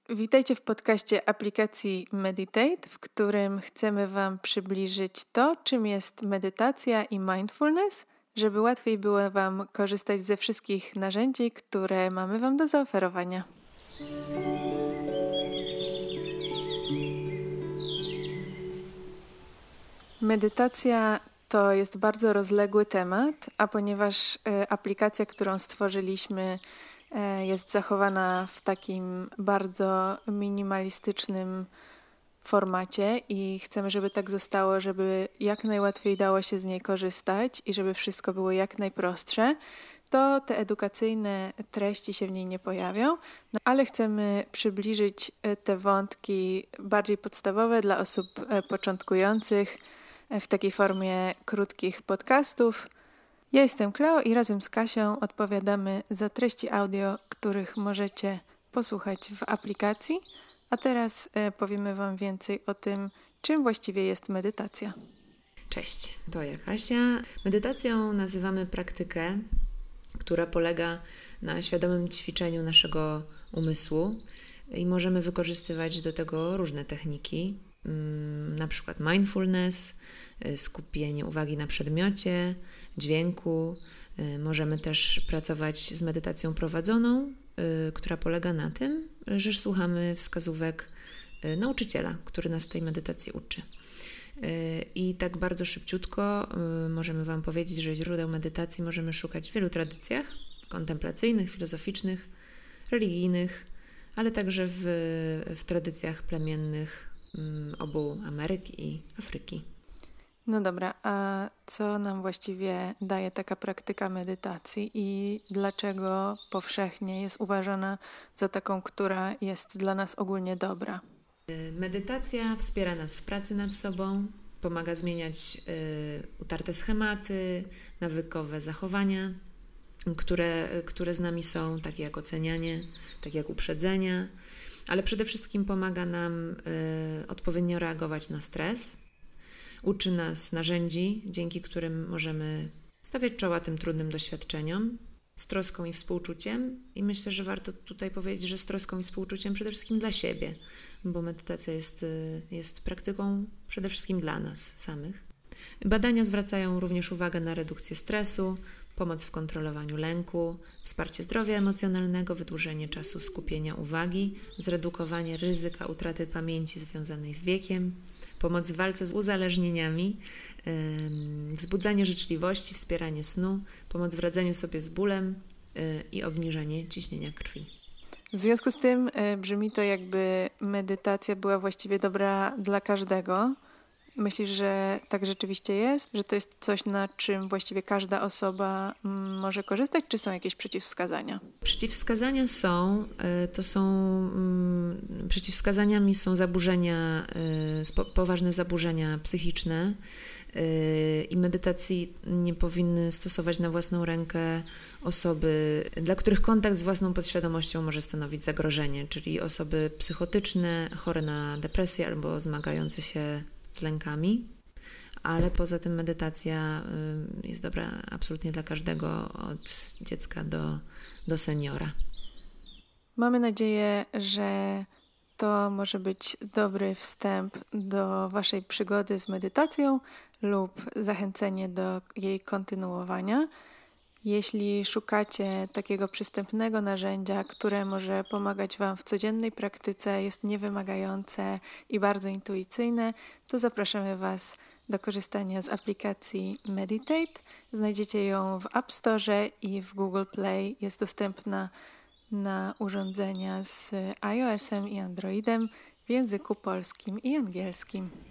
Witajcie w podcaście aplikacji Meditate, w którym chcemy Wam przybliżyć to, czym jest medytacja i mindfulness, żeby łatwiej było Wam korzystać ze wszystkich narzędzi, które mamy Wam do zaoferowania. Medytacja to jest bardzo rozległy temat, a ponieważ aplikacja, którą stworzyliśmy, jest zachowana w takim bardzo minimalistycznym formacie i chcemy, żeby tak zostało, żeby jak najłatwiej dało się z niej korzystać i żeby wszystko było jak najprostsze, to te edukacyjne treści się w niej nie pojawią, ale chcemy przybliżyć te wątki bardziej podstawowe dla osób początkujących w takiej formie krótkich podcastów. Ja jestem Kleo i razem z Kasią odpowiadamy za treści audio, których możecie posłuchać w aplikacji. A teraz powiemy Wam więcej o tym, czym właściwie jest medytacja. Cześć, to ja Kasia. Medytacją nazywamy praktykę, która polega na świadomym ćwiczeniu naszego umysłu i możemy wykorzystywać do tego różne techniki, na przykład mindfulness, skupienie uwagi na przedmiocie, dźwięku. Możemy też pracować z medytacją prowadzoną, która polega na tym, że słuchamy wskazówek nauczyciela, który nas tej medytacji uczy. I tak bardzo szybciutko możemy Wam powiedzieć, że źródeł medytacji możemy szukać w wielu tradycjach kontemplacyjnych, filozoficznych, religijnych, ale także w tradycjach plemiennych obu Ameryk i Afryki. No dobra, a co nam właściwie daje taka praktyka medytacji i dlaczego powszechnie jest uważana za taką, która jest dla nas ogólnie dobra? Medytacja wspiera nas w pracy nad sobą, pomaga zmieniać utarte schematy, nawykowe zachowania, które z nami są, takie jak ocenianie, takie jak uprzedzenia, ale przede wszystkim pomaga nam odpowiednio reagować na stres. Uczy nas narzędzi, dzięki którym możemy stawiać czoła tym trudnym doświadczeniom z troską i współczuciem. I myślę, że warto tutaj powiedzieć, że z troską i współczuciem przede wszystkim dla siebie, bo medytacja jest praktyką przede wszystkim dla nas samych. Badania zwracają również uwagę na redukcję stresu, pomoc w kontrolowaniu lęku, wsparcie zdrowia emocjonalnego, wydłużenie czasu skupienia uwagi, zredukowanie ryzyka utraty pamięci związanej z wiekiem, pomoc w walce z uzależnieniami, wzbudzanie życzliwości, wspieranie snu, pomoc w radzeniu sobie z bólem i obniżanie ciśnienia krwi. W związku z tym brzmi to, jakby medytacja była właściwie dobra dla każdego. Myślisz, że tak rzeczywiście jest? Że to jest coś, na czym właściwie każda osoba może korzystać, czy są jakieś przeciwwskazania? Przeciwwskazania przeciwwskazaniami są zaburzenia, poważne zaburzenia psychiczne i medytacji nie powinny stosować na własną rękę osoby, dla których kontakt z własną podświadomością może stanowić zagrożenie, czyli osoby psychotyczne, chore na depresję albo zmagające się z lękami, ale poza tym medytacja jest dobra absolutnie dla każdego, od dziecka do seniora. Mamy nadzieję, że to może być dobry wstęp do Waszej przygody z medytacją lub zachęcenie do jej kontynuowania. Jeśli szukacie takiego przystępnego narzędzia, które może pomagać Wam w codziennej praktyce, jest niewymagające i bardzo intuicyjne, to zapraszamy Was do korzystania z aplikacji Meditate. Znajdziecie ją w App Store i w Google Play. Jest dostępna na urządzenia z iOS-em i Androidem w języku polskim i angielskim.